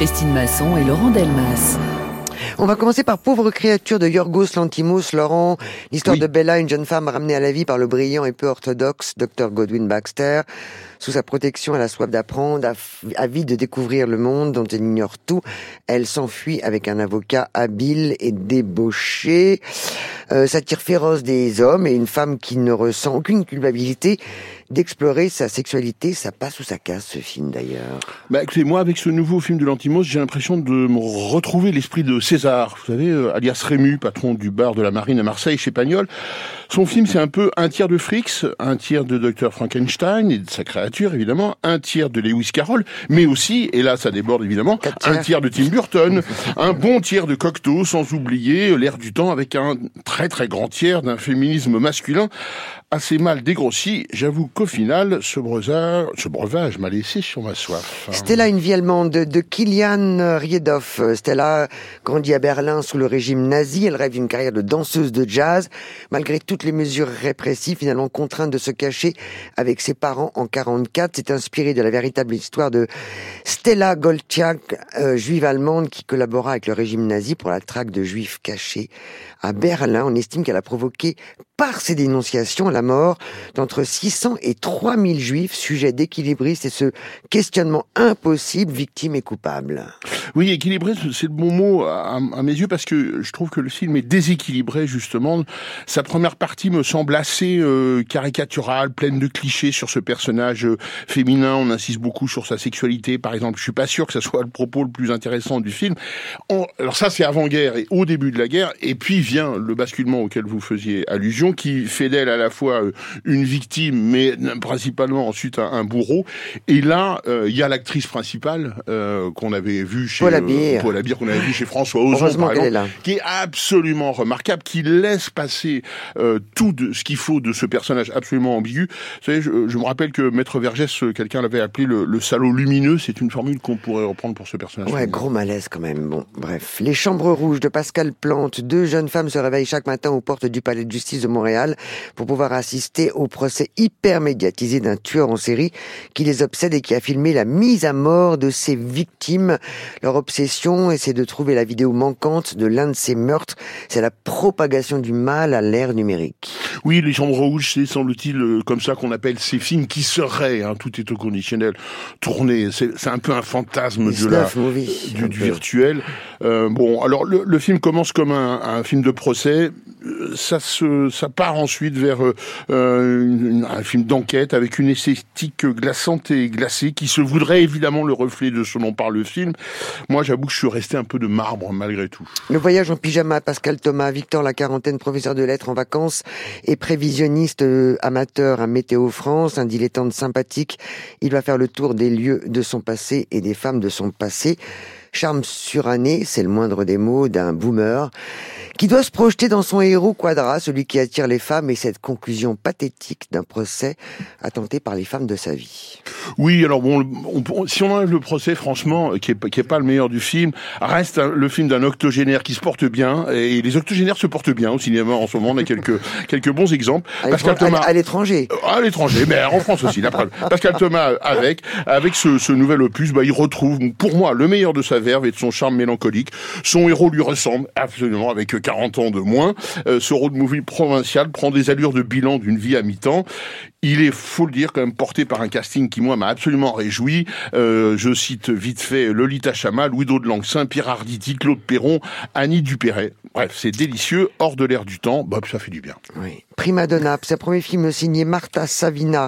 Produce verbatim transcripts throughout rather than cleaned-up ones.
Christine Masson et Laurent Delmas. On va commencer par Pauvre créature de Yorgos Lanthimos. Laurent, l'histoire oui. de Bella, une jeune femme ramenée à la vie par le brillant et peu orthodoxe docteur Godwin Baxter. Sous sa protection, elle a soif d'apprendre, avide de découvrir le monde dont elle ignore tout. Elle s'enfuit avec un avocat habile et débauché. Euh, satire féroce des hommes et une femme qui ne ressent aucune culpabilité d'explorer sa sexualité. Ça passe ou ça casse, ce film, d'ailleurs. Bah, écoutez, moi, avec ce nouveau film de Lanthimos, j'ai l'impression de me retrouver l'esprit de César. Vous savez, euh, alias Rému, patron du bar de la Marine à Marseille, chez Pagnol. Son film, c'est un peu un tiers de Fricks, un tiers de docteur Frankenstein et de sa créature, évidemment, un tiers de Lewis Carroll, mais aussi, et là, ça déborde, évidemment, un tiers de Tim Burton, un bon tiers de Cocteau, sans oublier L'air du temps, avec un très très grand tiers d'un féminisme masculin assez mal dégrossi. J'avoue qu'au final, ce breuvage, ce breuvage m'a laissé sur ma soif. Stella, une vie allemande de Kilian Riedoff. Stella grandit à Berlin sous le régime nazi. Elle rêve d'une carrière de danseuse de jazz. Malgré toutes les mesures répressives, finalement contrainte de se cacher avec ses parents en quarante-quatre. C'est inspiré de la véritable histoire de Stella Goldschlag, euh, juive allemande qui collabora avec le régime nazi pour la traque de juifs cachés à Berlin. On estime qu'elle a provoqué par ses dénonciations la mort d'entre six cents et trois mille juifs, sujet d'équilibriste et ce questionnement impossible, victime et coupable. Oui, équilibriste, c'est le bon mot à, à mes yeux parce que je trouve que le film est déséquilibré justement. Sa première partie me semble assez euh, caricaturale, pleine de clichés sur ce personnage euh, féminin. On insiste beaucoup sur sa sexualité, par exemple. Je suis pas sûr que ce soit le propos le plus intéressant du film. On, alors ça, c'est avant-guerre et au début de la guerre. Et puis vient le basculement auquel vous faisiez allusion, qui fait d'elle à la fois une victime, mais principalement ensuite un, un bourreau. Et là, il euh, y a l'actrice principale euh, qu'on avait vue chez Paul Abir, euh, Paul Abir qu'on avait vu chez François Ozon, par exemple, qui est absolument remarquable, qui laisse passer euh, tout de, ce qu'il faut de ce personnage absolument ambigu. Vous savez, je, je me rappelle que Maître Vergès, quelqu'un l'avait appelé le, le salaud lumineux. C'est une formule qu'on pourrait reprendre pour ce personnage. Ouais, gros malaise quand même. Bon, bref. Les Chambres Rouges de Pascal Plante. Deux jeunes femmes se réveillent chaque matin aux portes du Palais de Justice de Montréal pour pouvoir assister au procès hyper médiatisé d'un tueur en série qui les obsède et qui a filmé la mise à mort de ses victimes. Leur obsession, c'est de trouver la vidéo manquante de l'un de ces meurtres. C'est la propagation du mal à l'ère numérique. Oui, Les Chambres Rouges, c'est semble-t-il comme ça qu'on appelle ces films qui seraient, hein, tout est au conditionnel, tournés. C'est, c'est un peu un fantasme de la, movie, du, du virtuel. Euh, bon, alors le, le film commence comme un, un film de procès. Ça se, ça part ensuite vers euh, une, un film d'enquête avec une esthétique glaçante et glacée qui se voudrait évidemment le reflet de ce dont parle le film. Moi, j'avoue que je suis resté un peu de marbre malgré tout. Le voyage en pyjama, Pascal Thomas, Victor la quarantaine, professeur de lettres en vacances et prévisionniste euh, amateur à Météo France, un dilettante sympathique. Il va faire le tour des lieux de son passé et des femmes de son passé. Charme suranné, c'est le moindre des mots d'un boomer qui doit se projeter dans son héros Quadra, celui qui attire les femmes, et cette conclusion pathétique d'un procès attenté par les femmes de sa vie. Oui, alors bon, on, on, si on enlève le procès, franchement, qui est, qui est pas le meilleur du film, reste un, le film d'un octogénaire qui se porte bien, et les octogénaires se portent bien au cinéma en ce moment. On a quelques quelques bons exemples. À, Pascal Thomas, à, à l'étranger. À l'étranger, mais en France aussi. La preuve. Pascal Thomas avec avec ce, ce nouvel opus, bah il retrouve pour moi le meilleur de sa verve et de son charme mélancolique. Son héros lui ressemble absolument avec quarante ans de moins. Euh, ce road movie provincial prend des allures de bilan d'une vie à mi-temps. Il est, faut le dire, quand même porté par un casting qui, moi, m'a absolument réjoui. Euh, je cite vite fait Lolita Chama, Louis Daudelancin, Pierre Arditi, Claude Perron, Annie Dupéret. Bref, c'est délicieux, hors de l'air du temps. Bah, ça fait du bien. Oui. Prima Donna, c'est un premier film signé Marta Savina.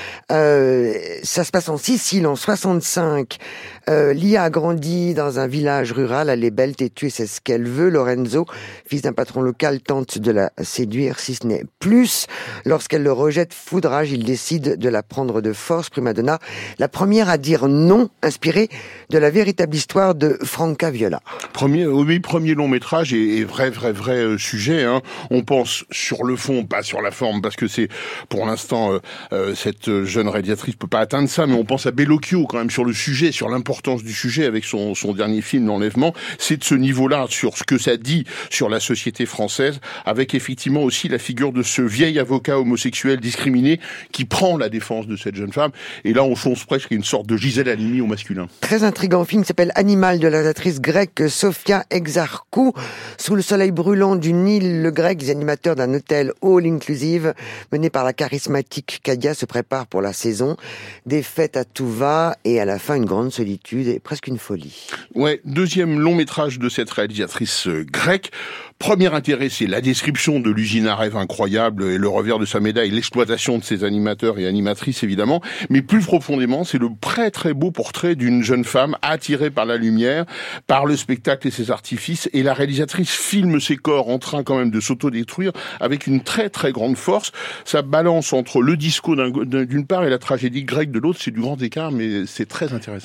Euh, ça se passe en Sicile, en soixante-cinq. Euh, Lia a grandi dans un village rural, elle est belle, têtue, c'est ce qu'elle veut. Lorenzo, fils d'un patron local, tente de la séduire, si ce n'est plus. Lorsqu'elle le rejette, foudrage, il décide de la prendre de force. Prima Donna, la première à dire non, inspirée de la véritable histoire de Franca Viola. Premier, oui, premier long métrage et, et vrai, vrai, vrai euh, sujet. Hein. On pense sur le fond, pas sur la forme, parce que c'est, pour l'instant, euh, euh, cette jeune réalisatrice peut pas atteindre ça, mais on pense à Bellocchio quand même sur le sujet, sur l'importance l'importance du sujet avec son, son dernier film, L'Enlèvement, c'est de ce niveau-là, sur ce que ça dit sur la société française, avec effectivement aussi la figure de ce vieil avocat homosexuel discriminé qui prend la défense de cette jeune femme. Et là, on fonce presque une sorte de Gisèle Halimi au masculin. Très intriguant film qui s'appelle Animal, de la réalisatrice grecque Sofia Exarchou. Sous le soleil brûlant d'une île, le grec, les animateurs d'un hôtel all-inclusive mené par la charismatique Kadia se préparent pour la saison. Des fêtes à tout va et à la fin une grande solitude et presque une folie. Ouais, deuxième long métrage de cette réalisatrice grecque. Premier intérêt, c'est la description de l'usine à rêve incroyable et le revers de sa médaille, l'exploitation de ses animateurs et animatrices évidemment. Mais plus profondément, c'est le très très beau portrait d'une jeune femme attirée par la lumière, par le spectacle et ses artifices. Et la réalisatrice filme ses corps en train quand même de s'autodétruire avec une très très grande force. Ça balance entre le disco d'un, d'une part et la tragédie grecque de l'autre. C'est du grand écart, mais c'est très intéressant.